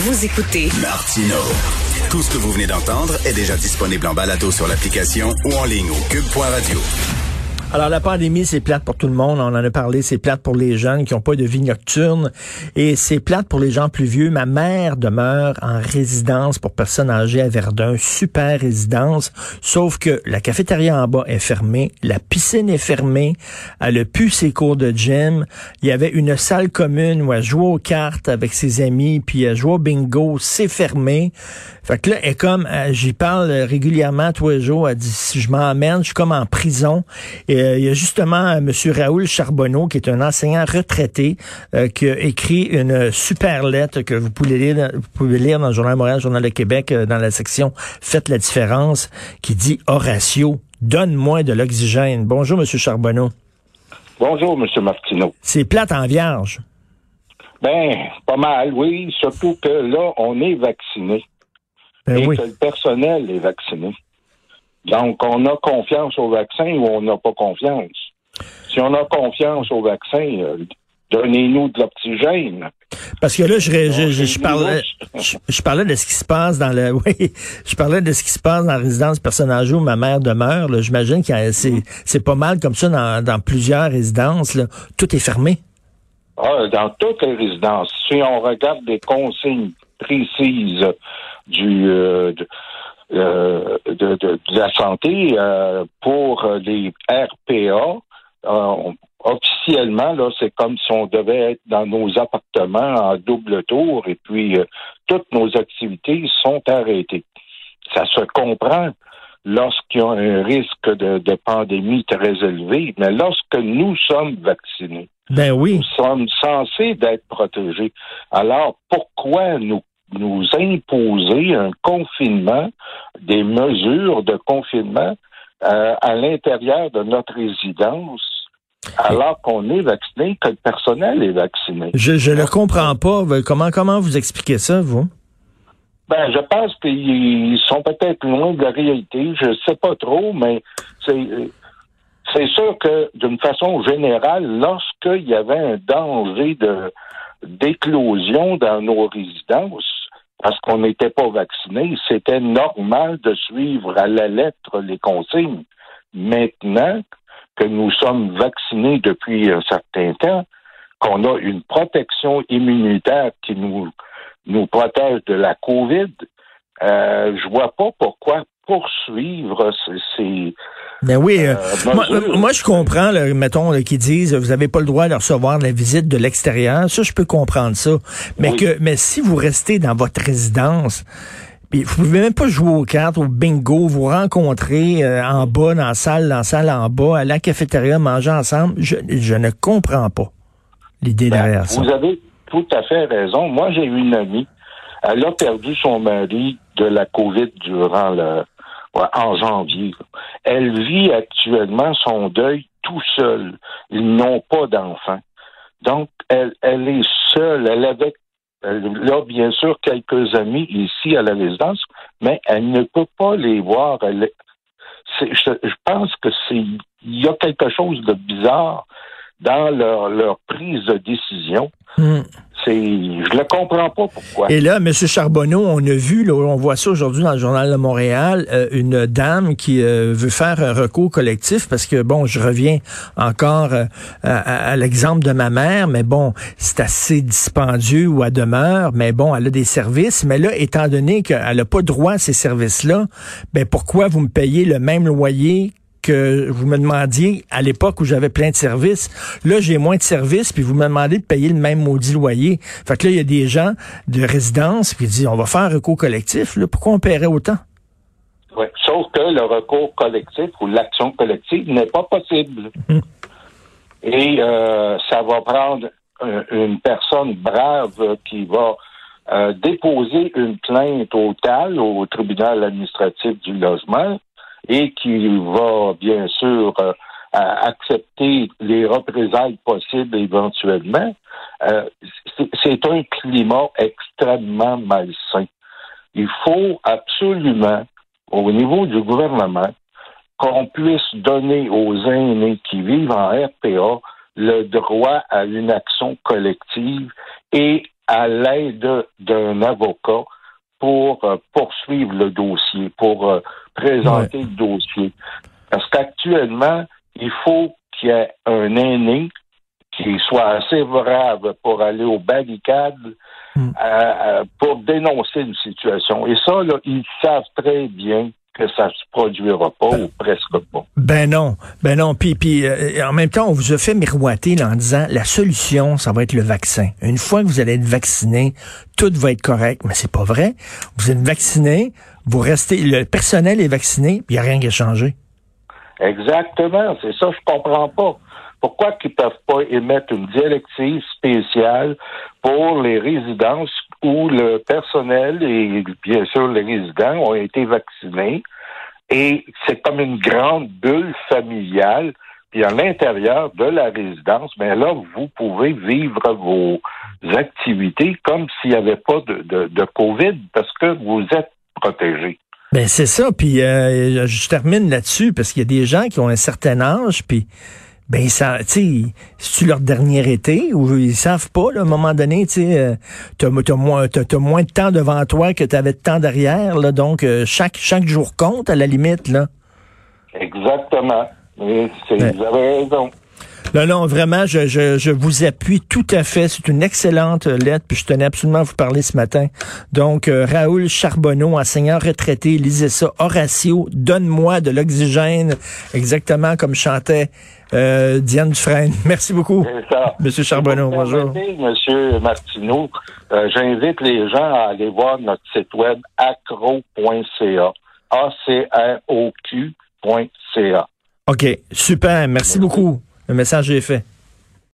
Vous écoutez Martino. Tout ce que vous venez d'entendre est déjà disponible en balado sur l'application ou en ligne au cube.radio. Alors, la pandémie, c'est plate pour tout le monde. On en a parlé, c'est plate pour les jeunes qui n'ont pas de vie nocturne. Et c'est plate pour les gens plus vieux. Ma mère demeure en résidence pour personnes âgées à Verdun. Super résidence. Sauf que la cafétéria en bas est fermée. La piscine est fermée. Elle a plus ses cours de gym. Il y avait une salle commune où elle jouait aux cartes avec ses amis, puis elle jouait au bingo. C'est fermé. Fait que là, elle est comme, j'y parle régulièrement tous les jours. Elle dit, si je m'emmène, je suis comme en prison. Et il y a justement M. Raoul Charbonneau, qui est un enseignant retraité, qui a écrit une super lettre que vous pouvez lire dans le Journal de Montréal, le Journal de Québec, dans la section Faites la différence, qui dit Horatio, donne-moi de l'oxygène. Bonjour, M. Charbonneau. Bonjour, M. Martineau. C'est plate en vierge. Ben, pas mal, oui. Surtout que là, on est vacciné. Et Oui. que le personnel est vacciné. Donc, on a confiance au vaccin ou on n'a pas confiance. Si on a confiance au vaccin, donnez-nous de l'oxygène. Parce que là, je parlais de ce qui se passe dans je parlais de ce qui se passe dans la résidence personnes âgées où ma mère demeure. Là. J'imagine que c'est pas mal comme ça dans plusieurs résidences. Là. Tout est fermé. Dans toutes les résidences. Si on regarde des consignes précises de la santé pour les RPA, officiellement, là, c'est comme si on devait être dans nos appartements en double tour et puis toutes nos activités sont arrêtées. Ça se comprend lorsqu'il y a un risque de pandémie très élevé, mais lorsque nous sommes vaccinés, ben oui, nous sommes censés d'être protégés. Alors, pourquoi nous imposer un confinement, des mesures de confinement à l'intérieur de notre résidence alors qu'on est vacciné, que le personnel est vacciné? Je ne comprends pas. Comment vous expliquez ça, vous? Ben, je pense qu'ils sont peut-être loin de la réalité. Je sais pas trop, mais c'est sûr que, d'une façon générale, lorsqu'il y avait un danger d'éclosion dans nos résidences, parce qu'on n'était pas vaccinés, c'était normal de suivre à la lettre les consignes. Maintenant que nous sommes vaccinés depuis un certain temps, qu'on a une protection immunitaire qui nous protège de la COVID, je vois pas pourquoi poursuivre ces ben oui, moi je comprends, là, mettons, là, qu'ils disent vous avez pas le droit de recevoir la visite de l'extérieur. Ça, je peux comprendre ça. Mais oui. mais si vous restez dans votre résidence, puis vous pouvez même pas jouer aux cartes, au bingo, vous rencontrer en bas, dans la salle en bas, à la cafétéria, manger ensemble, je ne comprends pas l'idée derrière ça. Vous avez tout à fait raison. Moi, j'ai une amie, elle a perdu son mari de la COVID en janvier. Elle vit actuellement son deuil tout seul. Ils n'ont pas d'enfants. Donc, elle est seule. Elle a bien sûr quelques amis ici à la résidence, mais elle ne peut pas les voir. Je pense que il y a quelque chose de bizarre dans leur prise de décision. Je ne comprends pas pourquoi. Et là, M. Charbonneau, on a vu, là, on voit ça aujourd'hui dans le Journal de Montréal, une dame qui veut faire un recours collectif parce que, bon, je reviens encore à l'exemple de ma mère, mais bon, c'est assez dispendieux où elle demeure, mais bon, elle a des services. Mais là, étant donné qu'elle n'a pas droit à ces services-là, ben pourquoi vous me payez le même loyer que vous me demandiez à l'époque où j'avais plein de services. Là, j'ai moins de services, puis vous me demandez de payer le même maudit loyer. Fait que là, il y a des gens de résidence qui disent, on va faire un recours collectif. Là, pourquoi on paierait autant? Oui, sauf que le recours collectif ou l'action collective n'est pas possible. Et ça va prendre une personne brave qui va déposer une plainte au TAL, au tribunal administratif du logement, et qui va, bien sûr, accepter les représailles possibles éventuellement, c'est un climat extrêmement malsain. Il faut absolument, au niveau du gouvernement, qu'on puisse donner aux aînés qui vivent en RPA le droit à une action collective et à l'aide d'un avocat pour poursuivre le dossier, pour présenter le dossier. Parce qu'actuellement, il faut qu'il y ait un aîné qui soit assez brave pour aller aux barricades pour dénoncer une situation. Et ça, là, ils savent très bien que ça se produira pas ou presque pas. Ben non. Puis en même temps, on vous a fait miroiter là, en disant la solution, ça va être le vaccin. Une fois que vous allez être vacciné, tout va être correct. Mais c'est pas vrai. Vous êtes vacciné, vous restez, le personnel est vacciné, puis il n'y a rien qui a changé. Exactement. C'est ça, je comprends pas. Pourquoi qu'ils peuvent pas émettre une directive spéciale pour les résidences où le personnel et bien sûr les résidents ont été vaccinés et c'est comme une grande bulle familiale. Puis à l'intérieur de la résidence, ben là, vous pouvez vivre vos activités comme s'il n'y avait pas de COVID parce que vous êtes protégés. Ben c'est ça. Puis je termine là-dessus parce qu'il y a des gens qui ont un certain âge, puis ben ça, tu sais, c'est-tu leur dernier été ou ils savent pas, là, à un moment donné, tu sais, t'as moins de temps devant toi que t'avais de temps derrière, là, donc chaque jour compte à la limite, là. Exactement. Vous avez raison. Non, vraiment, je vous appuie tout à fait. C'est une excellente lettre, puis je tenais absolument à vous parler ce matin. Donc, Raoul Charbonneau, enseignant retraité, lisez ça. Horatio, donne-moi de l'oxygène, exactement comme chantait Diane Dufresne. Merci beaucoup, Monsieur Charbonneau. Bonjour. Monsieur Martineau, j'invite les gens à aller voir notre site web acro.ca. acroq.ca. OK, super. Merci beaucoup. Le message est fait.